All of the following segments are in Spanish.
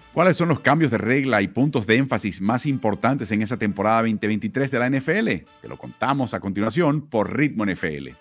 ¿Cuáles son los cambios de regla y puntos de énfasis más importantes en esa temporada 2023 de la NFL? Te lo contamos a continuación por Ritmo NFL.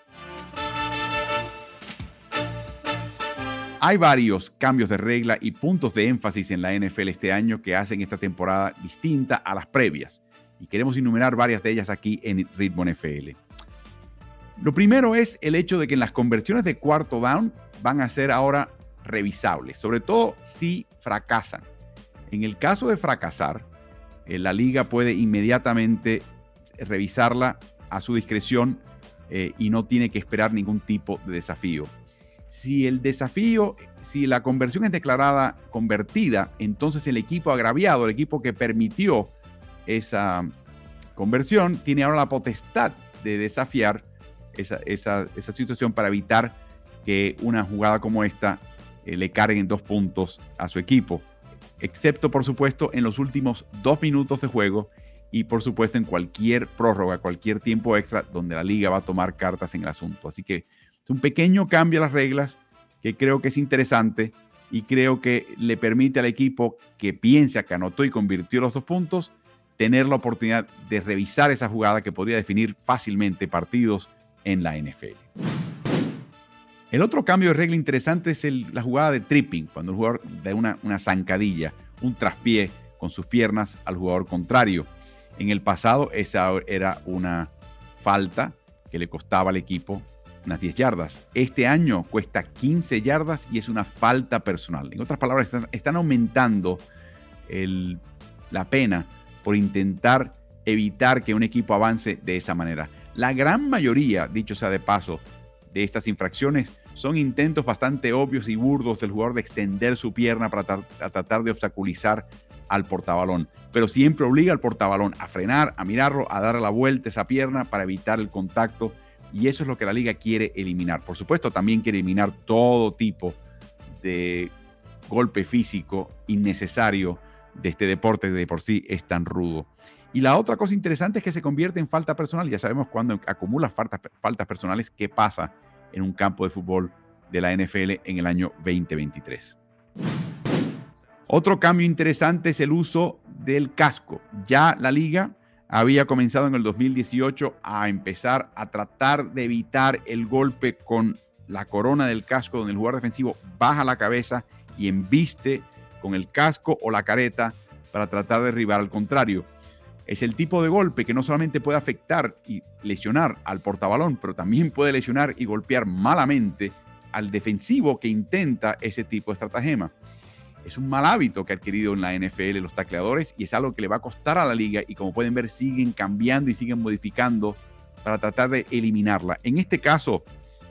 Hay varios cambios de regla y puntos de énfasis en la NFL este año que hacen esta temporada distinta a las previas. Y queremos enumerar varias de ellas aquí en Ritmo NFL. Lo primero es el hecho de que en las conversiones de cuarto down van a ser ahora revisables, sobre todo si fracasan. En el caso de fracasar, la liga puede inmediatamente revisarla a su discreción y no tiene que esperar ningún tipo de desafío. Si la conversión es declarada convertida, entonces el equipo agraviado, el equipo que permitió esa conversión, tiene ahora la potestad de desafiar esa situación para evitar que una jugada como esta le carguen 2 puntos a su equipo. Excepto, por supuesto, en los últimos 2 minutos de juego y, por supuesto, en cualquier prórroga, cualquier tiempo extra donde la liga va a tomar cartas en el asunto. Así que es un pequeño cambio a las reglas que creo que es interesante y creo que le permite al equipo que piensa que anotó y convirtió los 2 puntos tener la oportunidad de revisar esa jugada que podría definir fácilmente partidos en la NFL. El otro cambio de regla interesante es la jugada de tripping, cuando el jugador da una zancadilla, un traspié con sus piernas al jugador contrario. En el pasado esa era una falta que le costaba al equipo unas 10 yardas. Este año cuesta 15 yardas y es una falta personal. En otras palabras, están aumentando la pena por intentar evitar que un equipo avance de esa manera. La gran mayoría, dicho sea de paso, de estas infracciones son intentos bastante obvios y burdos del jugador de extender su pierna para tratar de obstaculizar al portabalón. Pero siempre obliga al portabalón a frenar, a mirarlo, a dar la vuelta a esa pierna para evitar el contacto. Y eso es lo que la liga quiere eliminar. Por supuesto, también quiere eliminar todo tipo de golpe físico innecesario de este deporte que de por sí es tan rudo. Y la otra cosa interesante es que se convierte en falta personal. Ya sabemos cuando acumulas faltas personales, qué pasa en un campo de fútbol de la NFL en el año 2023. Otro cambio interesante es el uso del casco. Ya la liga había comenzado en el 2018 a empezar a tratar de evitar el golpe con la corona del casco, donde el jugador defensivo baja la cabeza y embiste con el casco o la careta para tratar de derribar al contrario. Es el tipo de golpe que no solamente puede afectar y lesionar al portabalón, pero también puede lesionar y golpear malamente al defensivo que intenta ese tipo de estratagema. Es un mal hábito que ha adquirido en la NFL los tacleadores y es algo que le va a costar a la liga y, como pueden ver, siguen cambiando y siguen modificando para tratar de eliminarla. En este caso,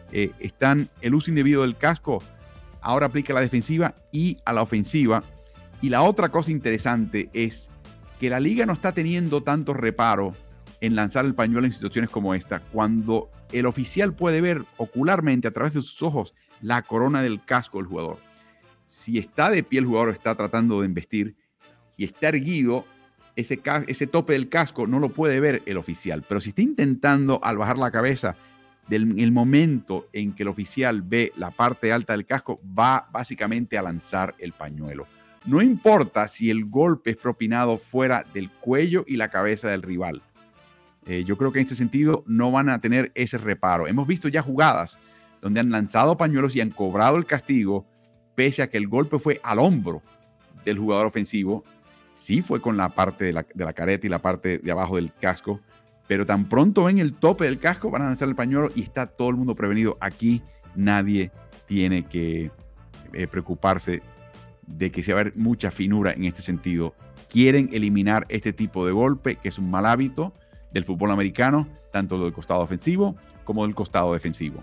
el uso indebido del casco ahora aplica a la defensiva y a la ofensiva. Y la otra cosa interesante es que la liga no está teniendo tanto reparo en lanzar el pañuelo en situaciones como esta, cuando el oficial puede ver ocularmente a través de sus ojos la corona del casco del jugador. Si está de pie el jugador, está tratando de embestir y está erguido, ese tope del casco no lo puede ver el oficial. Pero si está intentando, al bajar la cabeza, el momento en que el oficial ve la parte alta del casco, va básicamente a lanzar el pañuelo. No importa si el golpe es propinado fuera del cuello y la cabeza del rival. Yo creo que en este sentido no van a tener ese reparo. Hemos visto ya jugadas donde han lanzado pañuelos y han cobrado el castigo, pese a que el golpe fue al hombro del jugador ofensivo. Sí fue con la parte de la careta y la parte de abajo del casco, pero tan pronto ven el tope del casco, van a lanzar el pañuelo y está todo el mundo prevenido. Aquí nadie tiene que preocuparse de que se va a ver mucha finura en este sentido. Quieren eliminar este tipo de golpe, que es un mal hábito del fútbol americano, tanto del costado ofensivo como del costado defensivo.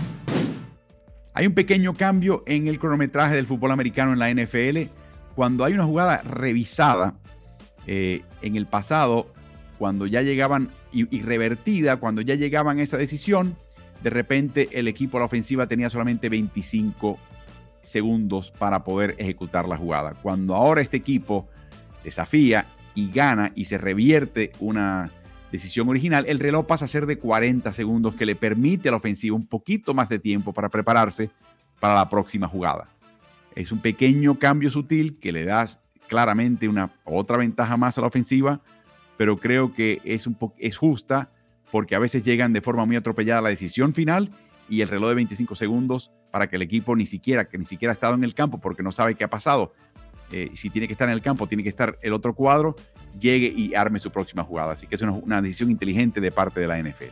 Hay un pequeño cambio en el cronometraje del fútbol americano en la NFL. Cuando hay una jugada revisada, en el pasado, cuando ya llegaban y revertida, cuando ya llegaban a esa decisión, de repente el equipo a la ofensiva tenía solamente 25 segundos para poder ejecutar la jugada. Cuando ahora este equipo desafía y gana y se revierte una decisión original, el reloj pasa a ser de 40 segundos, que le permite a la ofensiva un poquito más de tiempo para prepararse para la próxima jugada. Es un pequeño cambio sutil que le da claramente otra ventaja más a la ofensiva, pero creo que es justa porque a veces llegan de forma muy atropellada a la decisión final y el reloj de 25 segundos para que el equipo que ni siquiera ha estado en el campo porque no sabe qué ha pasado. Si tiene que estar en el campo, tiene que estar el otro cuadro, llegue y arme su próxima jugada. Así que es una decisión inteligente de parte de la NFL.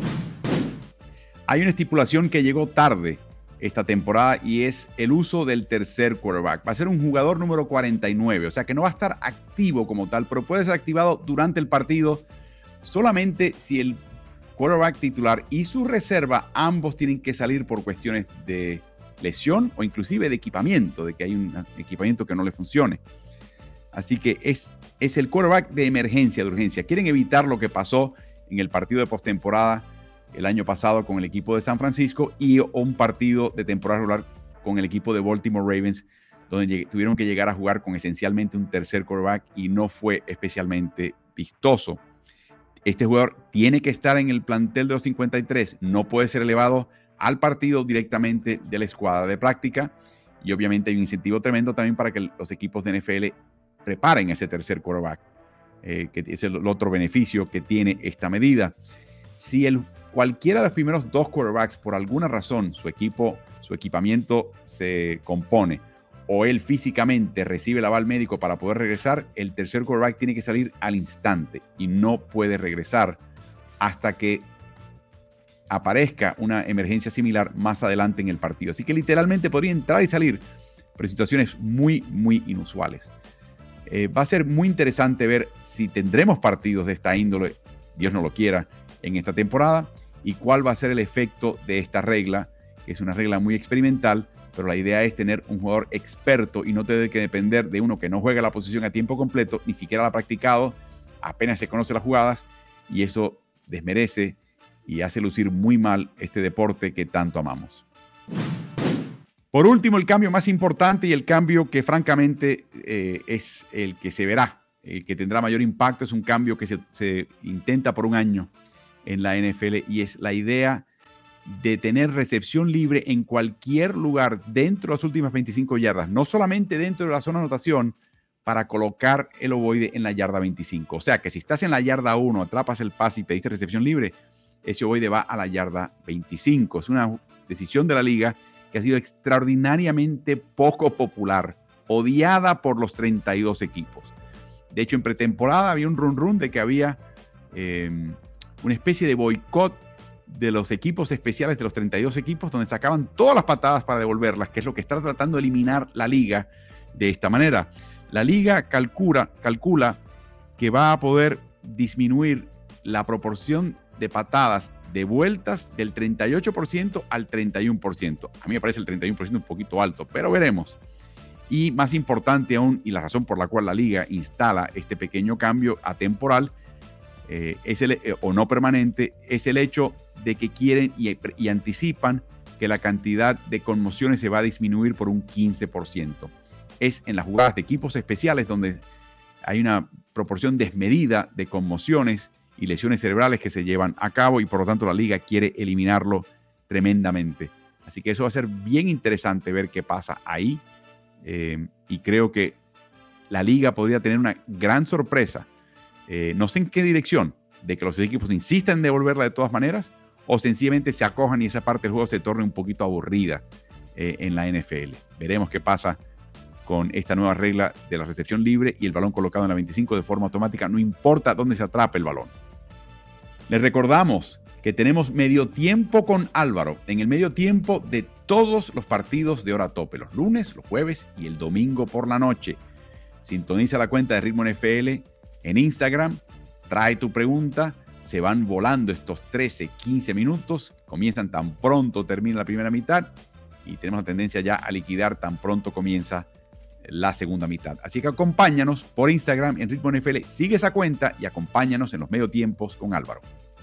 Hay una estipulación que llegó tarde esta temporada y es el uso del tercer quarterback. Va a ser un jugador número 49, o sea que no va a estar activo como tal, pero puede ser activado durante el partido solamente si el quarterback titular y su reserva ambos tienen que salir por cuestiones de lesión o inclusive de equipamiento, de que hay un equipamiento que no le funcione. Así que es el quarterback de emergencia, de urgencia. Quieren evitar lo que pasó en el partido de postemporada el año pasado con el equipo de San Francisco y un partido de temporada regular con el equipo de Baltimore Ravens, donde tuvieron que llegar a jugar con esencialmente un tercer quarterback y no fue especialmente vistoso. Este jugador tiene que estar en el plantel de los 53, no puede ser elevado al partido directamente de la escuadra de práctica y obviamente hay un incentivo tremendo también para que los equipos de NFL preparen ese tercer quarterback, que es el otro beneficio que tiene esta medida. Si cualquiera de los primeros dos quarterbacks, por alguna razón, su equipamiento se compone o él físicamente recibe el aval médico para poder regresar, el tercer quarterback tiene que salir al instante y no puede regresar hasta que aparezca una emergencia similar más adelante en el partido. Así que literalmente podría entrar y salir, pero en situaciones muy, muy inusuales. Va a ser muy interesante ver si tendremos partidos de esta índole, Dios no lo quiera, en esta temporada y cuál va a ser el efecto de esta regla, que es una regla muy experimental, pero la idea es tener un jugador experto y no tener que depender de uno que no juega la posición a tiempo completo, ni siquiera la ha practicado, apenas se conoce las jugadas y eso desmerece y hace lucir muy mal este deporte que tanto amamos. Por último, el cambio más importante y el cambio que francamente es el que se verá, el que tendrá mayor impacto, es un cambio que se intenta por un año en la NFL y es la idea de tener recepción libre en cualquier lugar dentro de las últimas 25 yardas, no solamente dentro de la zona de anotación, para colocar el ovoide en la yarda 25. O sea que si estás en la yarda 1, atrapas el pase y pediste recepción libre, ese ovoide va a la yarda 25. Es una decisión de la liga que ha sido extraordinariamente poco popular, odiada por los 32 equipos. De hecho, en pretemporada había un run de que había una especie de boicot de los equipos especiales de los 32 equipos, donde sacaban todas las patadas para devolverlas, que es lo que está tratando de eliminar la liga de esta manera. La liga calcula que va a poder disminuir la proporción de patadas de vueltas del 38% al 31%. A mí me parece el 31% un poquito alto, pero veremos. Y más importante aún, y la razón por la cual la liga instala este pequeño cambio atemporal, o no permanente, es el hecho de que quieren y anticipan que la cantidad de conmociones se va a disminuir por un 15%. Es en las jugadas de equipos especiales donde hay una proporción desmedida de conmociones y lesiones cerebrales que se llevan a cabo y por lo tanto la liga quiere eliminarlo tremendamente. Así que eso va a ser bien interesante ver qué pasa ahí y creo que la liga podría tener una gran sorpresa. No sé en qué dirección, de que los equipos insistan en devolverla de todas maneras o sencillamente se acojan y esa parte del juego se torne un poquito aburrida en la NFL. Veremos qué pasa con esta nueva regla de la recepción libre y el balón colocado en la 25 de forma automática, no importa dónde se atrape el balón. Les recordamos que tenemos medio tiempo con Álvaro, en el medio tiempo de todos los partidos de hora tope, los lunes, los jueves y el domingo por la noche. Sintoniza la cuenta de Ritmo NFL en Instagram, trae tu pregunta, se van volando estos 13, 15 minutos, comienzan tan pronto termina la primera mitad y tenemos la tendencia ya a liquidar tan pronto comienza la segunda mitad. Así que acompáñanos por Instagram en Ritmo NFL, sigue esa cuenta y acompáñanos en los medio tiempos con Álvaro.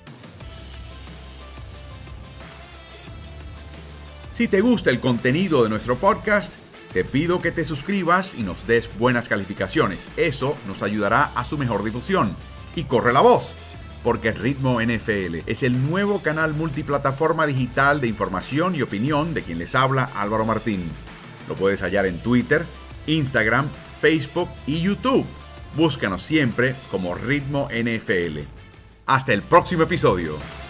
Si te gusta el contenido de nuestro podcast, te pido que te suscribas y nos des buenas calificaciones. Eso nos ayudará a su mejor difusión. Y corre la voz, porque Ritmo NFL es el nuevo canal multiplataforma digital de información y opinión de quien les habla Álvaro Martín. Lo puedes hallar en Twitter, Instagram, Facebook y YouTube. Búscanos siempre como Ritmo NFL. Hasta el próximo episodio.